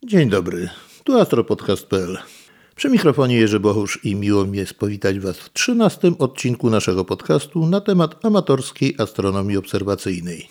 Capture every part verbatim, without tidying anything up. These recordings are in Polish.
Dzień dobry, tu astropodcast kropka p l. Przy mikrofonie Jerzy Bochusz i miło mi jest powitać Was w trzynastym odcinku naszego podcastu na temat amatorskiej astronomii obserwacyjnej.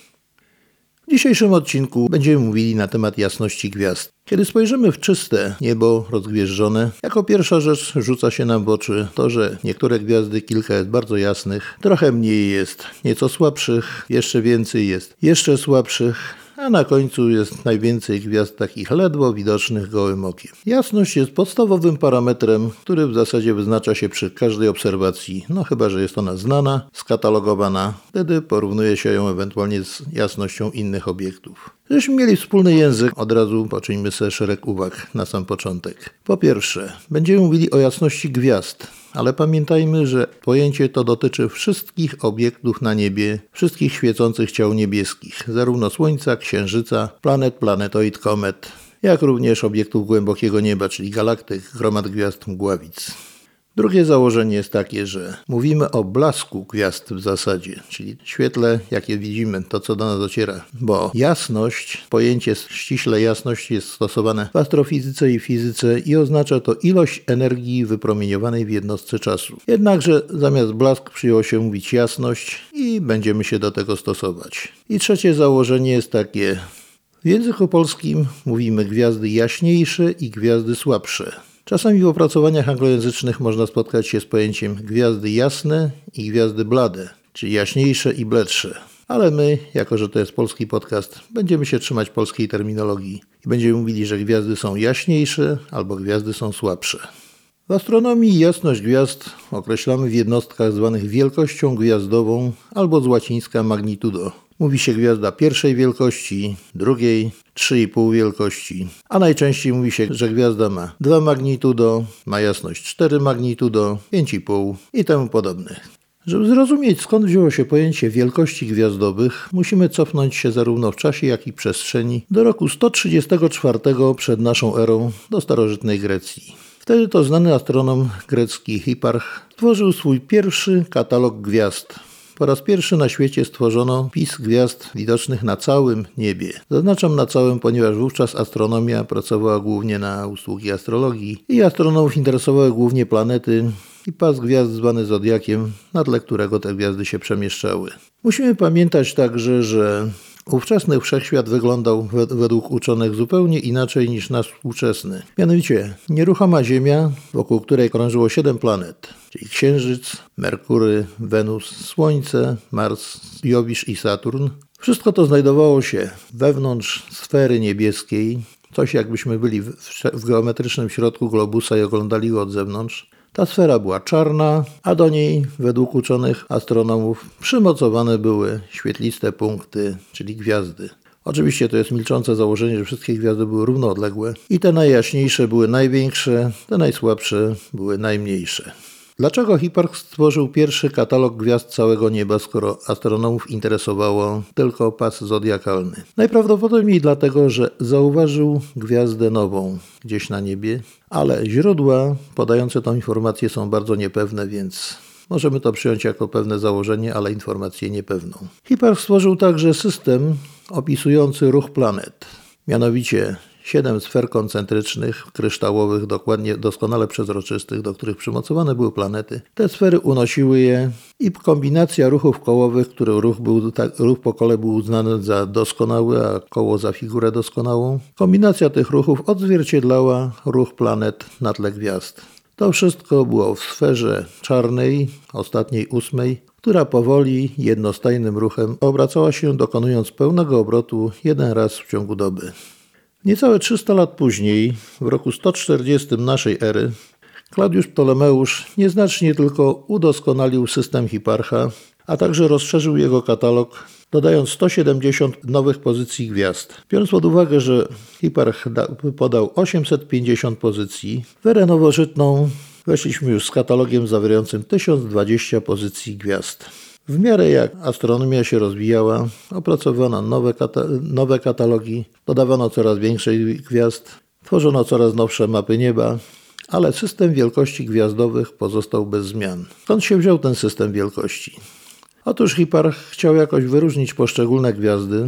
W dzisiejszym odcinku będziemy mówili na temat jasności gwiazd. Kiedy spojrzymy w czyste niebo rozgwieżdżone, jako pierwsza rzecz rzuca się nam w oczy to, że niektóre gwiazdy, kilka jest bardzo jasnych, trochę mniej jest nieco słabszych, jeszcze więcej jest jeszcze słabszych, a na końcu jest najwięcej gwiazd takich ledwo widocznych gołym okiem. Jasność jest podstawowym parametrem, który w zasadzie wyznacza się przy każdej obserwacji, no chyba że jest ona znana, skatalogowana, wtedy porównuje się ją ewentualnie z jasnością innych obiektów. Żebyśmy mieli wspólny język, od razu poczyńmy sobie szereg uwag na sam początek. Po pierwsze, będziemy mówili o jasności gwiazd, ale pamiętajmy, że pojęcie to dotyczy wszystkich obiektów na niebie, wszystkich świecących ciał niebieskich, zarówno Słońca, Księżyca, planet, planetoid, komet, jak również obiektów głębokiego nieba, czyli galaktyk, gromad gwiazd, mgławic. Drugie założenie jest takie, że mówimy o blasku gwiazd w zasadzie, czyli świetle, jakie widzimy, to co do nas dociera, bo jasność, pojęcie ściśle jasność jest stosowane w astrofizyce i fizyce i oznacza to ilość energii wypromieniowanej w jednostce czasu. Jednakże zamiast blask przyjęło się mówić jasność i będziemy się do tego stosować. I trzecie założenie jest takie, w języku polskim mówimy gwiazdy jaśniejsze i gwiazdy słabsze. Czasami w opracowaniach anglojęzycznych można spotkać się z pojęciem gwiazdy jasne i gwiazdy blade, czyli jaśniejsze i bledsze. Ale my, jako że to jest polski podcast, będziemy się trzymać polskiej terminologii i będziemy mówili, że gwiazdy są jaśniejsze albo gwiazdy są słabsze. W astronomii jasność gwiazd określamy w jednostkach zwanych wielkością gwiazdową albo z łacińska magnitudo. Mówi się gwiazda pierwszej wielkości, drugiej, trzy i pół wielkości, a najczęściej mówi się, że gwiazda ma dwa magnitudo, ma jasność cztery magnitudo, pięć i pół i temu podobne. Żeby zrozumieć, skąd wzięło się pojęcie wielkości gwiazdowych, musimy cofnąć się zarówno w czasie, jak i przestrzeni do roku sto trzydziestego czwartego przed naszą erą do starożytnej Grecji. Wtedy to znany astronom grecki Hiparch stworzył swój pierwszy katalog gwiazd. Po raz pierwszy na świecie stworzono spis gwiazd widocznych na całym niebie. Zaznaczam na całym, ponieważ wówczas astronomia pracowała głównie na usługi astrologii i astronomów interesowały głównie planety i pas gwiazd zwany zodiakiem, na tle którego te gwiazdy się przemieszczały. Musimy pamiętać także, że ówczesny wszechświat wyglądał według uczonych zupełnie inaczej niż nasz współczesny. Mianowicie nieruchoma Ziemia, wokół której krążyło siedem planet, czyli Księżyc, Merkury, Wenus, Słońce, Mars, Jowisz i Saturn. Wszystko to znajdowało się wewnątrz sfery niebieskiej, coś jakbyśmy byli w, w geometrycznym środku globusa i oglądali go od zewnątrz. Ta sfera była czarna, a do niej, według uczonych astronomów, przymocowane były świetliste punkty, czyli gwiazdy. Oczywiście to jest milczące założenie, że wszystkie gwiazdy były równoodległe i te najjaśniejsze były największe, te najsłabsze były najmniejsze. Dlaczego Hiparch stworzył pierwszy katalog gwiazd całego nieba, skoro astronomów interesowało tylko pas zodiakalny? Najprawdopodobniej dlatego, że zauważył gwiazdę nową gdzieś na niebie, ale źródła podające tą informację są bardzo niepewne, więc możemy to przyjąć jako pewne założenie, ale informację niepewną. Hiparch stworzył także system opisujący ruch planet, mianowicie siedem sfer koncentrycznych, kryształowych, dokładnie doskonale przezroczystych, do których przymocowane były planety. Te sfery unosiły je i kombinacja ruchów kołowych, który ruch, był, tak, ruch po kole był uznany za doskonały, a koło za figurę doskonałą. Kombinacja tych ruchów odzwierciedlała ruch planet na tle gwiazd. To wszystko było w sferze czarnej, ostatniej ósmej, która powoli, jednostajnym ruchem obracała się, dokonując pełnego obrotu jeden raz w ciągu doby. Niecałe trzysta lat później, w roku sto czterdziestym naszej ery, Klaudiusz Ptolemeusz nieznacznie tylko udoskonalił system Hiparcha, a także rozszerzył jego katalog, dodając sto siedemdziesiąt nowych pozycji gwiazd. Biorąc pod uwagę, że Hiparch podał osiemset pięćdziesiąt pozycji, w erę nowożytną weszliśmy już z katalogiem zawierającym tysiąc dwadzieścia pozycji gwiazd. W miarę jak astronomia się rozwijała, opracowano nowe, kata- nowe katalogi, dodawano coraz większej gwiazd, tworzono coraz nowsze mapy nieba, ale system wielkości gwiazdowych pozostał bez zmian. Skąd się wziął ten system wielkości? Otóż Hiparch chciał jakoś wyróżnić poszczególne gwiazdy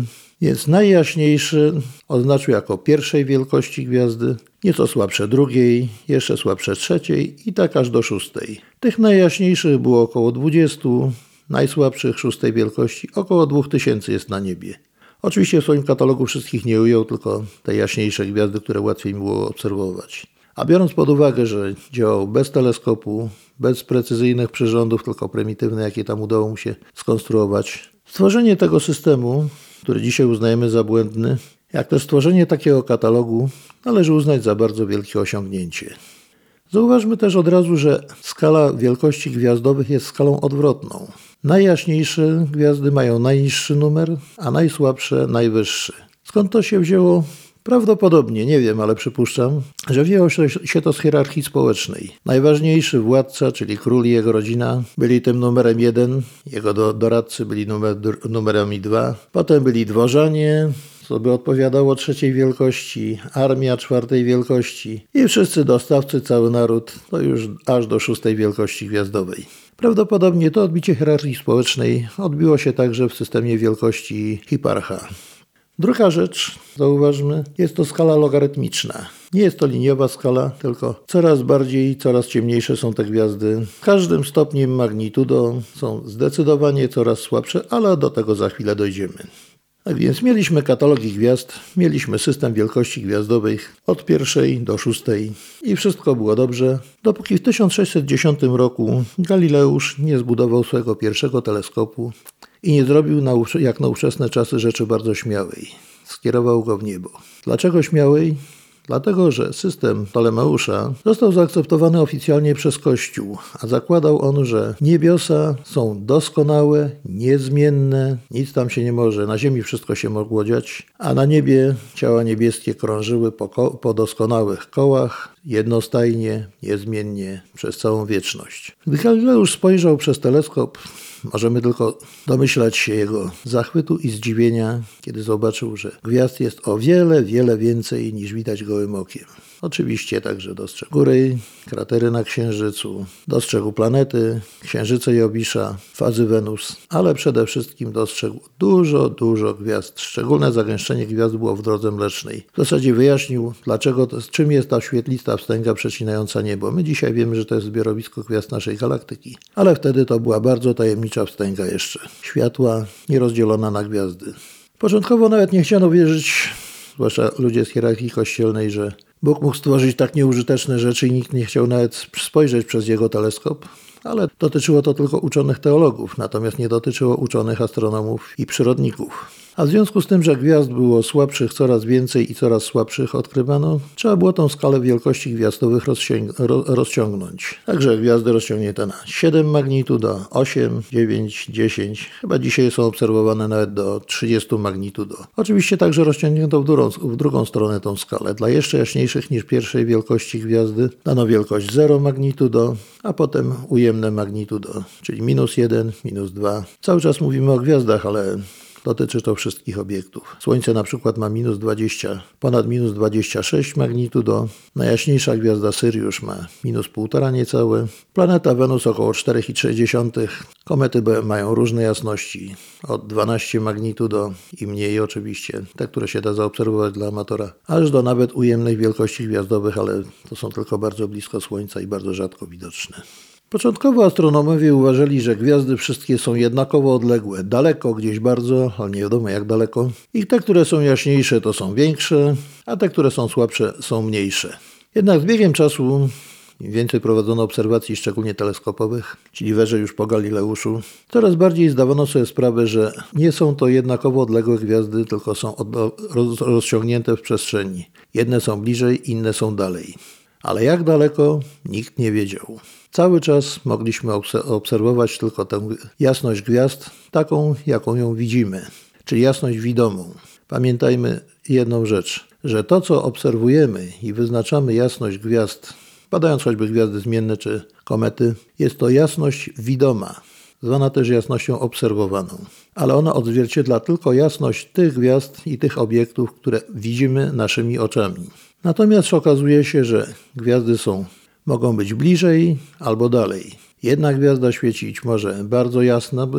Więc najjaśniejszy oznaczył jako pierwszej wielkości gwiazdy, nieco słabsze drugiej, jeszcze słabsze trzeciej i tak aż do szóstej. Tych najjaśniejszych było około dwudziestu, najsłabszych szóstej wielkości około dwóch tysięcy jest na niebie. Oczywiście w swoim katalogu wszystkich nie ujął, tylko te jaśniejsze gwiazdy, które łatwiej było obserwować. A biorąc pod uwagę, że działał bez teleskopu, bez precyzyjnych przyrządów, tylko prymitywne, jakie tam udało mu się skonstruować, stworzenie tego systemu, który dzisiaj uznajemy za błędny, jak też stworzenie takiego katalogu należy uznać za bardzo wielkie osiągnięcie. Zauważmy też od razu, że skala wielkości gwiazdowych jest skalą odwrotną. Najjaśniejsze gwiazdy mają najniższy numer, a najsłabsze najwyższy. Skąd to się wzięło? Prawdopodobnie, nie wiem, ale przypuszczam, że wzięło się to z hierarchii społecznej. Najważniejszy władca, czyli król i jego rodzina, byli tym numerem jeden, jego do, doradcy byli numer, numerami dwa, potem byli dworzanie, co by odpowiadało trzeciej wielkości, armia czwartej wielkości i wszyscy dostawcy, cały naród, to już aż do szóstej wielkości gwiazdowej. Prawdopodobnie to odbicie hierarchii społecznej odbiło się także w systemie wielkości Hipparcha. Druga rzecz, zauważmy, jest to skala logarytmiczna. Nie jest to liniowa skala, tylko coraz bardziej, coraz ciemniejsze są te gwiazdy. Każdym stopniem magnitudo są zdecydowanie coraz słabsze, ale do tego za chwilę dojdziemy. A więc mieliśmy katalogi gwiazd, mieliśmy system wielkości gwiazdowych od pierwszej do szóstej i wszystko było dobrze, dopóki w tysiąc sześćset dziesiątym roku Galileusz nie zbudował swojego pierwszego teleskopu i nie zrobił na, jak na ówczesne czasy rzeczy bardzo śmiałej. Skierował go w niebo. Dlaczego śmiałej? Dlatego, że system Ptolemeusza został zaakceptowany oficjalnie przez Kościół, a zakładał on, że niebiosa są doskonałe, niezmienne, nic tam się nie może, na ziemi wszystko się mogło dziać, a na niebie ciała niebieskie krążyły po, ko- po doskonałych kołach, jednostajnie, niezmiennie, przez całą wieczność. Gdy Galileusz spojrzał przez teleskop, możemy tylko domyślać się jego zachwytu i zdziwienia, kiedy zobaczył, że gwiazd jest o wiele, wiele więcej niż widać gołym okiem. Oczywiście także dostrzegł góry, kratery na Księżycu, dostrzegł planety, Księżyce Jobisza, fazy Wenus, ale przede wszystkim dostrzegł dużo, dużo gwiazd. Szczególne zagęszczenie gwiazd było w Drodze Mlecznej. W zasadzie wyjaśnił, dlaczego, to, czym jest ta świetlista wstęga przecinająca niebo. My dzisiaj wiemy, że to jest zbiorowisko gwiazd naszej galaktyki, ale wtedy to była bardzo tajemnicza wstęga jeszcze. Światła nierozdzielona na gwiazdy. Początkowo nawet nie chciano wierzyć, zwłaszcza ludzie z hierarchii kościelnej, że Bóg mógł stworzyć tak nieużyteczne rzeczy i nikt nie chciał nawet spojrzeć przez jego teleskop, ale dotyczyło to tylko uczonych teologów, natomiast nie dotyczyło uczonych astronomów i przyrodników. A w związku z tym, że gwiazd było słabszych coraz więcej i coraz słabszych odkrywano, trzeba było tą skalę wielkości gwiazdowych rozciąg- ro- rozciągnąć. Także gwiazdy rozciągnięte na siedem magnitudo, osiem, dziewięć, dziesięć, chyba dzisiaj są obserwowane nawet do trzydziestu magnitudo. Oczywiście także rozciągnięto w drugą, w drugą stronę tą skalę. Dla jeszcze jaśniejszych niż pierwszej wielkości gwiazdy dano wielkość zero magnitudo, a potem ujemne magnitudo, czyli minus jeden, minus dwa. Cały czas mówimy o gwiazdach, ale dotyczy to wszystkich obiektów. Słońce na przykład ma minus dwadzieścia, ponad minus dwadzieścia sześć magnitudo. Najjaśniejsza gwiazda Syriusz ma minus półtora niecałe. Planeta Wenus około cztery i trzy dziesiąte. Komety mają różne jasności, od dwanaście magnitudo i mniej oczywiście, te, które się da zaobserwować dla amatora, aż do nawet ujemnych wielkości gwiazdowych, ale to są tylko bardzo blisko Słońca i bardzo rzadko widoczne. Początkowo astronomowie uważali, że gwiazdy wszystkie są jednakowo odległe, daleko gdzieś bardzo, ale nie wiadomo jak daleko. I te, które są jaśniejsze, to są większe, a te, które są słabsze, są mniejsze. Jednak z biegiem czasu, im więcej prowadzono obserwacji, szczególnie teleskopowych, czyli wyżej już po Galileuszu, coraz bardziej zdawano sobie sprawę, że nie są to jednakowo odległe gwiazdy, tylko są od, roz, rozciągnięte w przestrzeni. Jedne są bliżej, inne są dalej. Ale jak daleko, nikt nie wiedział. Cały czas mogliśmy obserwować tylko tę jasność gwiazd, taką, jaką ją widzimy, czyli jasność widomą. Pamiętajmy jedną rzecz, że to, co obserwujemy i wyznaczamy jasność gwiazd, badając choćby gwiazdy zmienne czy komety, jest to jasność widoma, zwana też jasnością obserwowaną. Ale ona odzwierciedla tylko jasność tych gwiazd i tych obiektów, które widzimy naszymi oczami. Natomiast okazuje się, że gwiazdy są, mogą być bliżej albo dalej. Jedna gwiazda świecić może bardzo jasna być,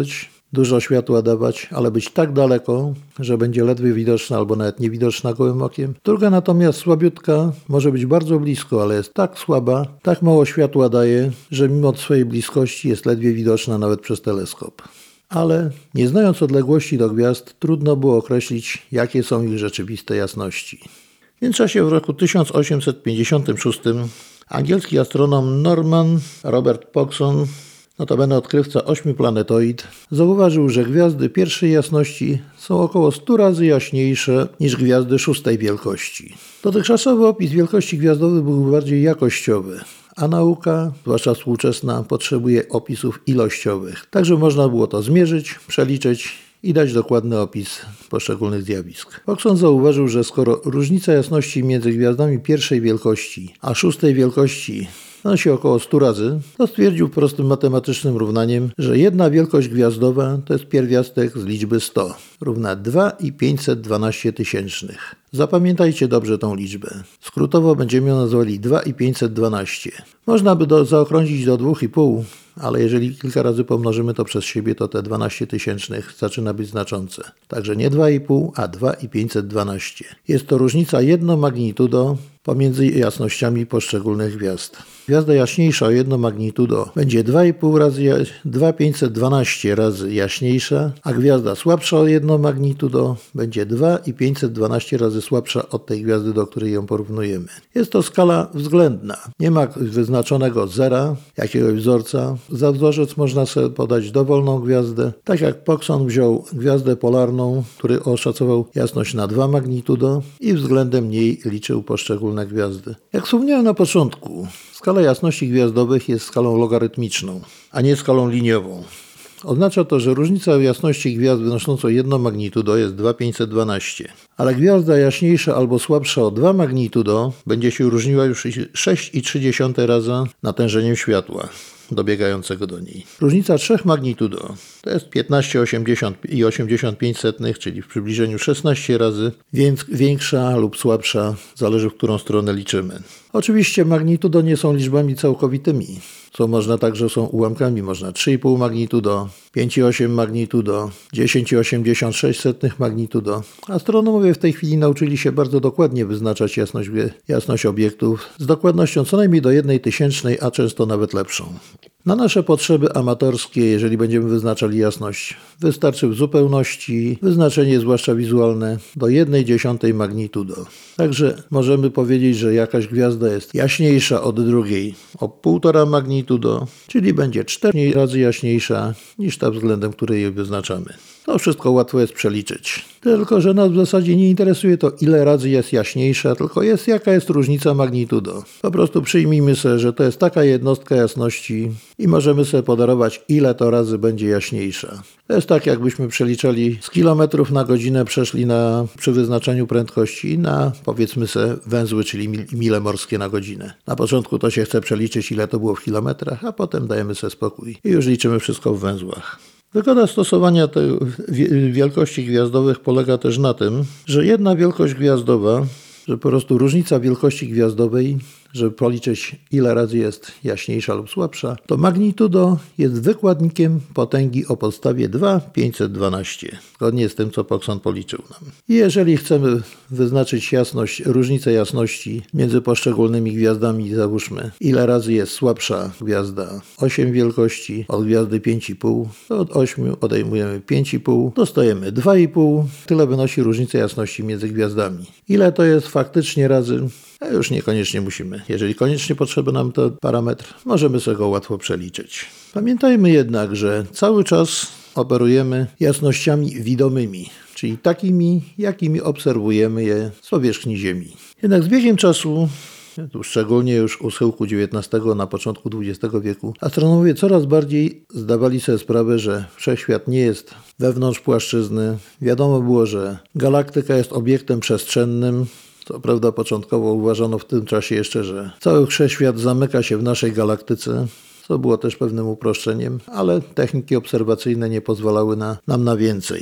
dużo światła dawać, ale być tak daleko, że będzie ledwie widoczna albo nawet niewidoczna gołym okiem. Druga natomiast słabiutka, może być bardzo blisko, ale jest tak słaba, tak mało światła daje, że mimo swojej bliskości jest ledwie widoczna nawet przez teleskop. Ale nie znając odległości do gwiazd, trudno było określić, jakie są ich rzeczywiste jasności. W międzyczasie w roku tysiąc osiemset pięćdziesiątym szóstym angielski astronom Norman Robert Pogson, notabene odkrywca ośmiu planetoid, zauważył, że gwiazdy pierwszej jasności są około stu razy jaśniejsze niż gwiazdy szóstej wielkości. Dotychczasowy opis wielkości gwiazdowych był bardziej jakościowy, a nauka, zwłaszcza współczesna, potrzebuje opisów ilościowych. Także można było to zmierzyć, przeliczyć i dać dokładny opis poszczególnych zjawisk. Pogson zauważył, że skoro różnica jasności między gwiazdami pierwszej wielkości a szóstej wielkości wynosi około stu razy, to stwierdził prostym matematycznym równaniem, że jedna wielkość gwiazdowa to jest pierwiastek z liczby sto, równa dwa i pięćset dwanaście tysięcznych. Zapamiętajcie dobrze tą liczbę. Skrótowo będziemy ją nazwali dwa i pięćset dwanaście. Można by do, zaokrąglić do dwóch i pół, ale jeżeli kilka razy pomnożymy to przez siebie, to te dwanaście tysięcznych zaczyna być znaczące. Także nie dwa i pół, a dwa i pięćset dwanaście. Jest to różnica jedno magnitudo pomiędzy jasnościami poszczególnych gwiazd. Gwiazda jaśniejsza o jedno magnitudo będzie dwa i pół razy, dwa tysiące pięćset dwanaście razy jaśniejsza, a gwiazda słabsza o jedno magnitudo będzie dwa i pięćset dwanaście razy słabsza od tej gwiazdy, do której ją porównujemy. Jest to skala względna. Nie ma wyznaczonego zera, jakiegoś wzorca. Za wzorzec można sobie podać dowolną gwiazdę. Tak jak Pogson wziął gwiazdę polarną, który oszacował jasność na dwa magnitudo i względem niej liczył poszczególne gwiazdy. Jak wspomniałem na początku, skala jasności gwiazdowych jest skalą logarytmiczną, a nie skalą liniową. Oznacza to, że różnica jasności gwiazd wynoszącą jedno magnitudo jest dwa tysiące pięćset dwanaście, ale gwiazda jaśniejsza albo słabsza o dwa magnitudo będzie się różniła już sześć i trzy dziesiąte razy natężeniem światła dobiegającego do niej. Różnica trzech magnitudo to jest piętnaście i osiemdziesiąt pięć setnych, czyli w przybliżeniu szesnaście razy, więc większa lub słabsza, zależy w którą stronę liczymy. Oczywiście magnitudo nie są liczbami całkowitymi, co można także są ułamkami. Można trzy i pół magnitudo, pięć i osiem magnitudo, dziesięć i osiemdziesiąt sześć setnych magnitudo. Astronomowie w tej chwili nauczyli się bardzo dokładnie wyznaczać jasność, jasność obiektów z dokładnością co najmniej do jednej tysięcznej, a często nawet lepszą. Na nasze potrzeby amatorskie, jeżeli będziemy wyznaczali jasność, wystarczy w zupełności wyznaczenie, zwłaszcza wizualne, do jednej dziesiątej magnitudo. Także możemy powiedzieć, że jakaś gwiazda jest jaśniejsza od drugiej o półtora magnitudo, czyli będzie cztery razy jaśniejsza niż ta względem której jej wyznaczamy. To wszystko łatwo jest przeliczyć. Tylko że nas w zasadzie nie interesuje to, ile razy jest jaśniejsza, tylko jest jaka jest różnica magnitudo. Po prostu przyjmijmy sobie, że to jest taka jednostka jasności i możemy sobie podarować, ile to razy będzie jaśniejsza. To jest tak, jakbyśmy przeliczali z kilometrów na godzinę, przeszli na, przy wyznaczaniu prędkości na, powiedzmy sobie, węzły, czyli mil, mile morskie na godzinę. Na początku to się chce przeliczyć, ile to było w kilometrach, a potem dajemy sobie spokój i już liczymy wszystko w węzłach. Wygoda stosowania tej wielkości gwiazdowych polega też na tym, że jedna wielkość gwiazdowa, że po prostu różnica wielkości gwiazdowej, żeby policzyć, ile razy jest jaśniejsza lub słabsza, to magnitudo jest wykładnikiem potęgi o podstawie dwa tysiące pięćset dwanaście, zgodnie z tym, co Pogson policzył nam. I jeżeli chcemy wyznaczyć jasność, różnicę jasności między poszczególnymi gwiazdami, załóżmy, ile razy jest słabsza gwiazda osiem wielkości od gwiazdy pięć i pół, to od ośmiu odejmujemy pięć i pół, dostajemy dwa i pół, tyle wynosi różnica jasności między gwiazdami. Ile to jest faktycznie razy? A już niekoniecznie musimy. Jeżeli koniecznie potrzeba nam ten parametr, możemy sobie go łatwo przeliczyć. Pamiętajmy jednak, że cały czas operujemy jasnościami widomymi, czyli takimi, jakimi obserwujemy je z powierzchni Ziemi. Jednak z biegiem czasu, tu szczególnie już u schyłku dziewiętnastego, na początku dwudziestego wieku, astronomowie coraz bardziej zdawali sobie sprawę, że wszechświat nie jest wewnątrz płaszczyzny. Wiadomo było, że galaktyka jest obiektem przestrzennym. Co prawda początkowo uważano w tym czasie jeszcze, że cały wszechświat zamyka się w naszej galaktyce, co było też pewnym uproszczeniem, ale techniki obserwacyjne nie pozwalały na, nam na więcej.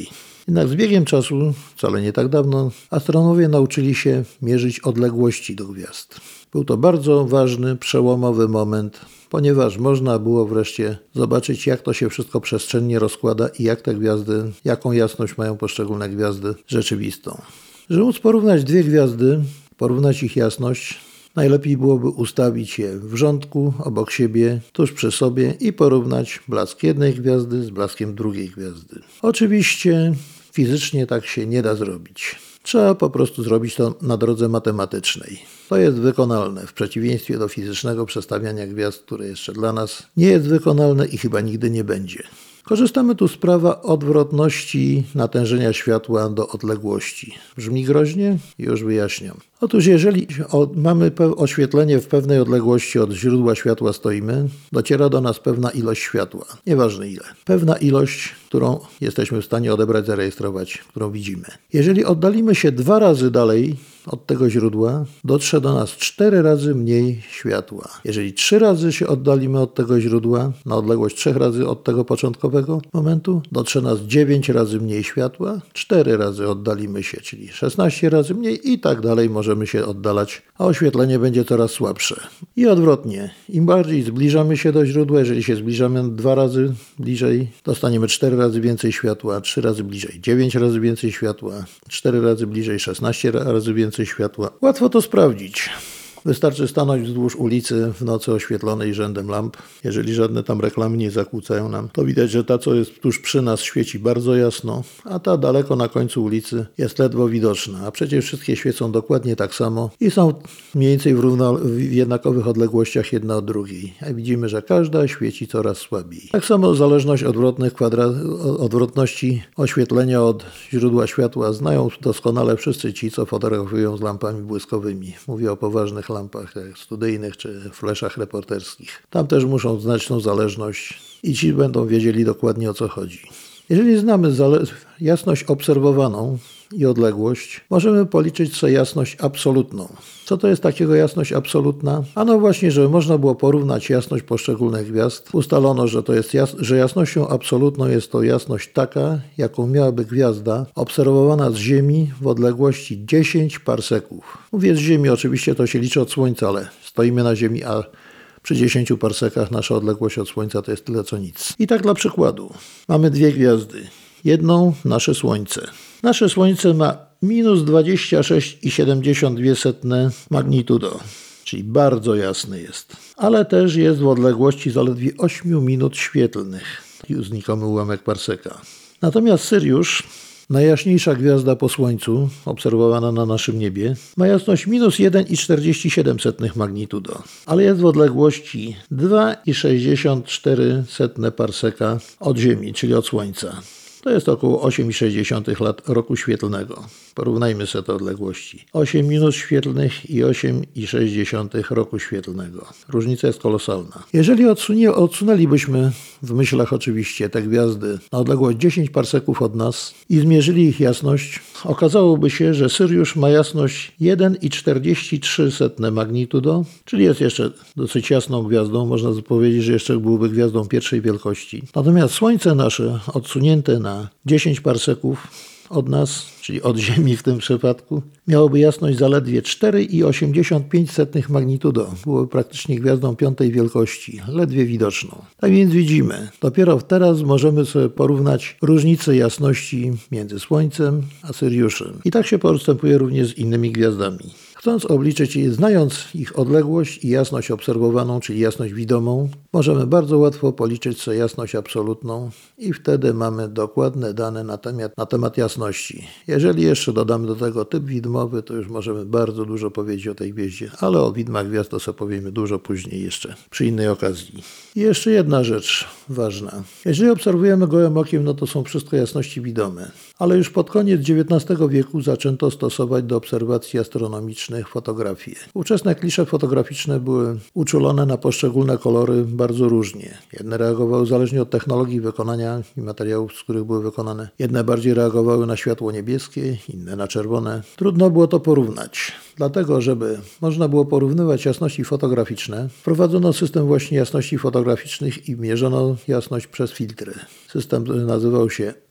Jednak z biegiem czasu, wcale nie tak dawno, astronomowie nauczyli się mierzyć odległości do gwiazd. Był to bardzo ważny, przełomowy moment, ponieważ można było wreszcie zobaczyć, jak to się wszystko przestrzennie rozkłada i jak te gwiazdy, jaką jasność mają poszczególne gwiazdy rzeczywistą. Żeby móc porównać dwie gwiazdy, porównać ich jasność, najlepiej byłoby ustawić je w rządku, obok siebie, tuż przy sobie i porównać blask jednej gwiazdy z blaskiem drugiej gwiazdy. Oczywiście fizycznie tak się nie da zrobić. Trzeba po prostu zrobić to na drodze matematycznej. To jest wykonalne, w przeciwieństwie do fizycznego przestawiania gwiazd, które jeszcze dla nas nie jest wykonalne i chyba nigdy nie będzie. Korzystamy tu z prawa odwrotności natężenia światła do odległości. Brzmi groźnie? Już wyjaśniam. Otóż jeżeli mamy oświetlenie w pewnej odległości od źródła światła stoimy, dociera do nas pewna ilość światła. Nieważne ile. Pewna ilość, którą jesteśmy w stanie odebrać, zarejestrować, którą widzimy. Jeżeli oddalimy się dwa razy dalej od tego źródła, dotrze do nas cztery razy mniej światła. Jeżeli trzy razy się oddalimy od tego źródła, na odległość trzech razy od tego początkowego momentu, dotrze nas dziewięć razy mniej światła, cztery razy oddalimy się, czyli szesnaście razy mniej i tak dalej możemy się oddalać, a oświetlenie będzie coraz słabsze. I odwrotnie, im bardziej zbliżamy się do źródła, jeżeli się zbliżamy dwa razy bliżej, dostaniemy cztery razy więcej światła, trzy razy bliżej, dziewięć razy więcej światła, cztery razy bliżej, szesnaście razy więcej światła. Łatwo to sprawdzić. Wystarczy stanąć wzdłuż ulicy w nocy oświetlonej rzędem lamp. Jeżeli żadne tam reklamy nie zakłócają nam, to widać, że ta, co jest tuż przy nas, świeci bardzo jasno, a ta daleko na końcu ulicy jest ledwo widoczna. A przecież wszystkie świecą dokładnie tak samo i są mniej więcej w, równo, w jednakowych odległościach jedna od drugiej. A widzimy, że każda świeci coraz słabiej. Tak samo zależność odwrotnych kwadrat, odwrotności oświetlenia od źródła światła znają doskonale wszyscy ci, co fotografują z lampami błyskowymi. Mówię o poważnych lampach studyjnych czy fleszach reporterskich. Tam też muszą znaczną zależność i ci będą wiedzieli dokładnie, o co chodzi. Jeżeli znamy jasność obserwowaną i odległość, możemy policzyć sobie jasność absolutną. Co to jest takiego jasność absolutna? Ano właśnie, żeby można było porównać jasność poszczególnych gwiazd. Ustalono, że, to jest jas- że jasnością absolutną jest to jasność taka, jaką miałaby gwiazda obserwowana z Ziemi w odległości dziesięć parseków. Mówię z Ziemi, oczywiście to się liczy od Słońca, ale stoimy na Ziemi, a przy dziesięciu parsekach nasza odległość od Słońca to jest tyle co nic. I tak dla przykładu. Mamy dwie gwiazdy. Jedną nasze Słońce. Nasze Słońce ma minus dwadzieścia sześć przecinek siedemdziesiąt dwa magnitudo, czyli bardzo jasny jest. Ale też jest w odległości zaledwie osiem minut świetlnych. Już znikomy ułamek parseka. Natomiast Syriusz, najjaśniejsza gwiazda po Słońcu, obserwowana na naszym niebie, ma jasność minus jeden przecinek czterdzieści siedem magnitudo, ale jest w odległości dwa przecinek sześćdziesiąt cztery parseka od Ziemi, czyli od Słońca. To jest około osiem przecinek sześć lat roku świetlnego. Porównajmy sobie te odległości. osiem minut świetlnych i osiem przecinek sześć roku świetlnego. Różnica jest kolosalna. Jeżeli odsunie, odsunęlibyśmy, w myślach oczywiście, te gwiazdy na odległość dziesięć parseków od nas i zmierzyli ich jasność, okazałoby się, że Syriusz ma jasność jeden przecinek czterdzieści trzy magnitudo, czyli jest jeszcze dosyć jasną gwiazdą. Można powiedzieć, że jeszcze byłby gwiazdą pierwszej wielkości. Natomiast Słońce nasze, odsunięte na dziesięć parseków od nas, czyli od Ziemi w tym przypadku, miałoby jasność zaledwie cztery przecinek osiemdziesiąt pięć magnitudo. Byłoby praktycznie gwiazdą piątej wielkości, ledwie widoczną. Tak więc widzimy, dopiero teraz możemy sobie porównać różnicę jasności między Słońcem a Syriuszem. I tak się postępuje również z innymi gwiazdami. Chcąc obliczyć je, znając ich odległość i jasność obserwowaną, czyli jasność widomą, możemy bardzo łatwo policzyć sobie jasność absolutną i wtedy mamy dokładne dane na temat, na temat jasności. Jeżeli jeszcze dodamy do tego typ widmowy, to już możemy bardzo dużo powiedzieć o tej gwieździe, ale o widmach gwiazd to sobie powiemy dużo później jeszcze, przy innej okazji. I jeszcze jedna rzecz ważna. Jeżeli obserwujemy gołym okiem, no to są wszystko jasności widome, ale już pod koniec dziewiętnastego wieku zaczęto stosować do obserwacji astronomicznych fotografie. Ówczesne klisze fotograficzne były uczulone na poszczególne kolory bardzo różnie. Jedne reagowały zależnie od technologii wykonania i materiałów, z których były wykonane. Jedne bardziej reagowały na światło niebieskie, inne na czerwone. Trudno było to porównać. Dlatego, żeby można było porównywać jasności fotograficzne, wprowadzono system właśnie jasności fotograficznych i mierzono jasność przez filtry. System nazywał się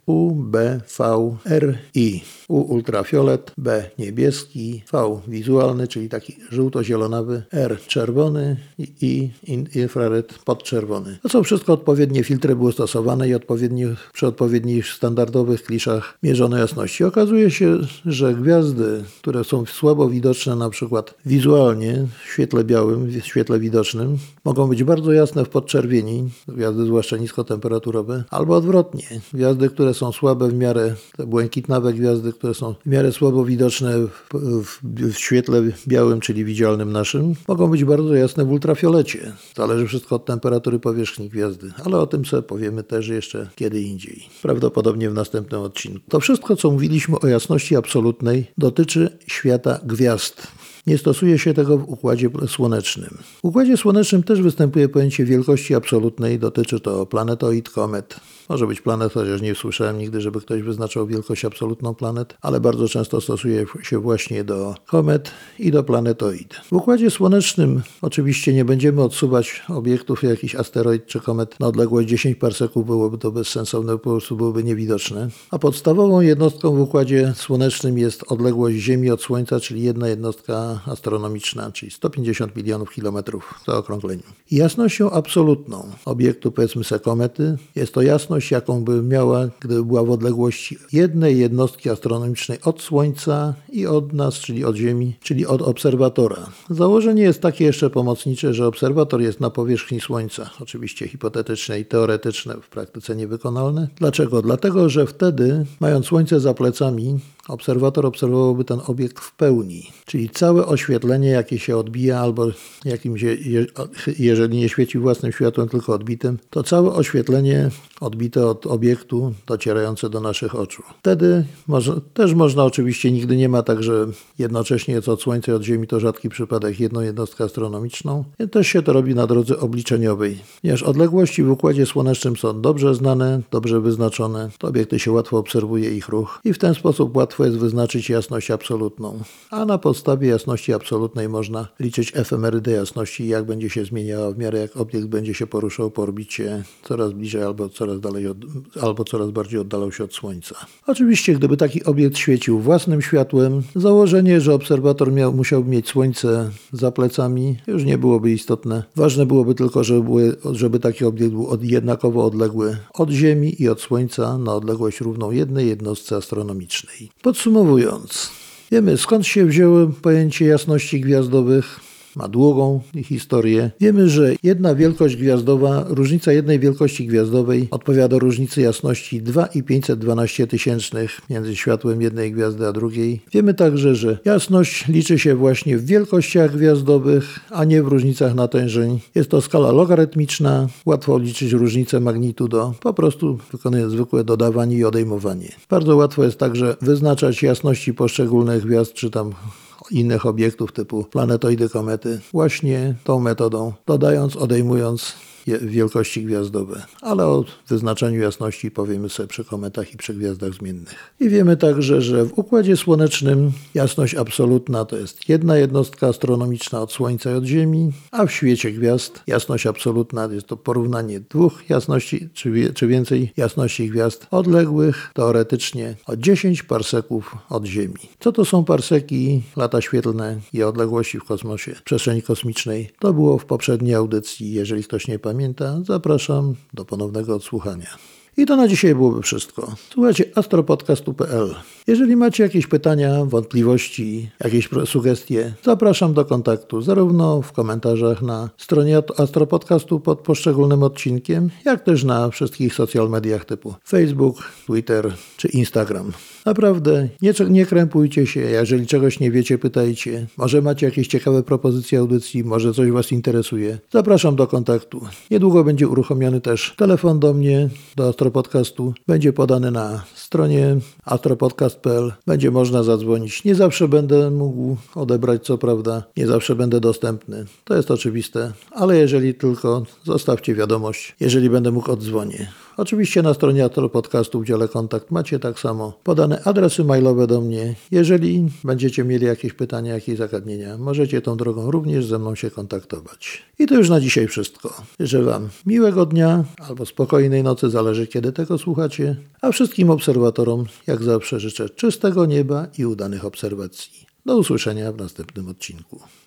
U, B, V, R, I. U ultrafiolet, B niebieski, V wizualny, czyli taki żółto-zielonawy, R czerwony i I infrared podczerwony. To są wszystko odpowiednie filtry były stosowane i odpowiednio, przy odpowiednich standardowych kliszach mierzono jasności. Okazuje się, że gwiazdy, które są słabo widoczne na przykład wizualnie w świetle białym, w świetle widocznym, mogą być bardzo jasne w podczerwieni, gwiazdy zwłaszcza niskotemperaturowe, albo odwrotnie. Gwiazdy, które są słabe w miarę, te błękitnawe gwiazdy, które są w miarę słabo widoczne w, w, w świetle białym, czyli widzialnym naszym, mogą być bardzo jasne w ultrafiolecie. Zależy wszystko od temperatury powierzchni gwiazdy, ale o tym sobie powiemy też jeszcze kiedy indziej. Prawdopodobnie w następnym odcinku. To wszystko, co mówiliśmy o jasności absolutnej, dotyczy świata gwiazd. Nie stosuje się tego w Układzie Słonecznym. W Układzie Słonecznym też występuje pojęcie wielkości absolutnej. Dotyczy to planetoid, komet. Może być planet, chociaż nie słyszałem nigdy, żeby ktoś wyznaczał wielkość absolutną planet, ale bardzo często stosuje się właśnie do komet i do planetoid. W Układzie Słonecznym oczywiście nie będziemy odsuwać obiektów, jakiś asteroid czy komet na odległość dziesięć parseków, byłoby to bezsensowne, po prostu byłyby niewidoczne. A podstawową jednostką w Układzie Słonecznym jest odległość Ziemi od Słońca, czyli jedna jednostka astronomiczna, czyli sto pięćdziesiąt milionów kilometrów w zaokrągleniu. Jasnością absolutną obiektu, powiedzmy se komety, jest to jasność, jaką by miała, gdyby była w odległości jednej jednostki astronomicznej od Słońca i od nas, czyli od Ziemi, czyli od obserwatora. Założenie jest takie jeszcze pomocnicze, że obserwator jest na powierzchni Słońca, oczywiście hipotetyczne i teoretyczne, w praktyce niewykonalne. Dlaczego? Dlatego, że wtedy, mając Słońce za plecami, obserwator obserwowałby ten obiekt w pełni, czyli całe oświetlenie, jakie się odbija, albo jakimś, jeżeli nie świeci własnym światłem, tylko odbitym, to całe oświetlenie odbite od obiektu docierające do naszych oczu. Wtedy może, też można, oczywiście nigdy nie ma tak, że jednocześnie jest od Słońca i od Ziemi, to rzadki przypadek, jedną jednostkę astronomiczną. I też się to robi na drodze obliczeniowej. Ponieważ odległości w Układzie Słonecznym są dobrze znane, dobrze wyznaczone, to obiekty się łatwo obserwuje ich ruch i w ten sposób łatwo jest wyznaczyć jasność absolutną. A na podstawie jasności absolutnej można liczyć efemerydę jasności, jak będzie się zmieniała w miarę jak obiekt będzie się poruszał po orbicie coraz bliżej albo coraz dalej od, albo coraz bardziej oddalał się od Słońca. Oczywiście, gdyby taki obiekt świecił własnym światłem, założenie, że obserwator miał, musiałby mieć Słońce za plecami, już nie byłoby istotne. Ważne byłoby tylko, żeby, były, żeby taki obiekt był od, jednakowo odległy od Ziemi i od Słońca na odległość równą jednej jednostce astronomicznej. Podsumowując, wiemy, skąd się wzięło pojęcie jasności gwiazdowych. Ma długą historię. Wiemy, że jedna wielkość gwiazdowa, różnica jednej wielkości gwiazdowej odpowiada różnicy jasności dwa i pięćset dwanaście tysięcznych między światłem jednej gwiazdy a drugiej. Wiemy także, że jasność liczy się właśnie w wielkościach gwiazdowych, a nie w różnicach natężeń. Jest to skala logarytmiczna, łatwo liczyć różnicę magnitudo, po prostu wykonuje zwykłe dodawanie i odejmowanie. Bardzo łatwo jest także wyznaczać jasności poszczególnych gwiazd, czy tam innych obiektów typu planetoidy, komety, właśnie tą metodą, dodając, odejmując wielkości gwiazdowe. Ale o wyznaczeniu jasności powiemy sobie przy kometach i przy gwiazdach zmiennych. I wiemy także, że w Układzie Słonecznym jasność absolutna to jest jedna jednostka astronomiczna od Słońca i od Ziemi, a w świecie gwiazd jasność absolutna jest to porównanie dwóch jasności, czy, wie, czy więcej jasności gwiazd odległych teoretycznie o dziesięć parseków od Ziemi. Co to są parseki, lata świetlne i odległości w kosmosie, w przestrzeni kosmicznej? To było w poprzedniej audycji. Jeżeli ktoś nie pamięta, zapraszam do ponownego odsłuchania. I to na dzisiaj byłoby wszystko. Słuchajcie astropodcastu kropka p l. Jeżeli macie jakieś pytania, wątpliwości, jakieś sugestie, zapraszam do kontaktu zarówno w komentarzach na stronie Astropodcastu pod poszczególnym odcinkiem, jak też na wszystkich social mediach typu Facebook, Twitter czy Instagram. Naprawdę, nie, nie krępujcie się, jeżeli czegoś nie wiecie, pytajcie. Może macie jakieś ciekawe propozycje audycji, może coś Was interesuje. Zapraszam do kontaktu. Niedługo będzie uruchomiony też telefon do mnie, do Astropodcastu. Będzie podany na stronie astropodcast kropka p l. Będzie można zadzwonić. Nie zawsze będę mógł odebrać, co prawda. Nie zawsze będę dostępny. To jest oczywiste. Ale jeżeli tylko, zostawcie wiadomość. Jeżeli będę mógł, oddzwonię. Oczywiście na stronie Astropodcastu w dziale kontakt macie tak samo podane podane adresy mailowe do mnie. Jeżeli będziecie mieli jakieś pytania, jakieś zagadnienia, możecie tą drogą również ze mną się kontaktować. I to już na dzisiaj wszystko. Życzę Wam miłego dnia albo spokojnej nocy, zależy kiedy tego słuchacie, a wszystkim obserwatorom jak zawsze życzę czystego nieba i udanych obserwacji. Do usłyszenia w następnym odcinku.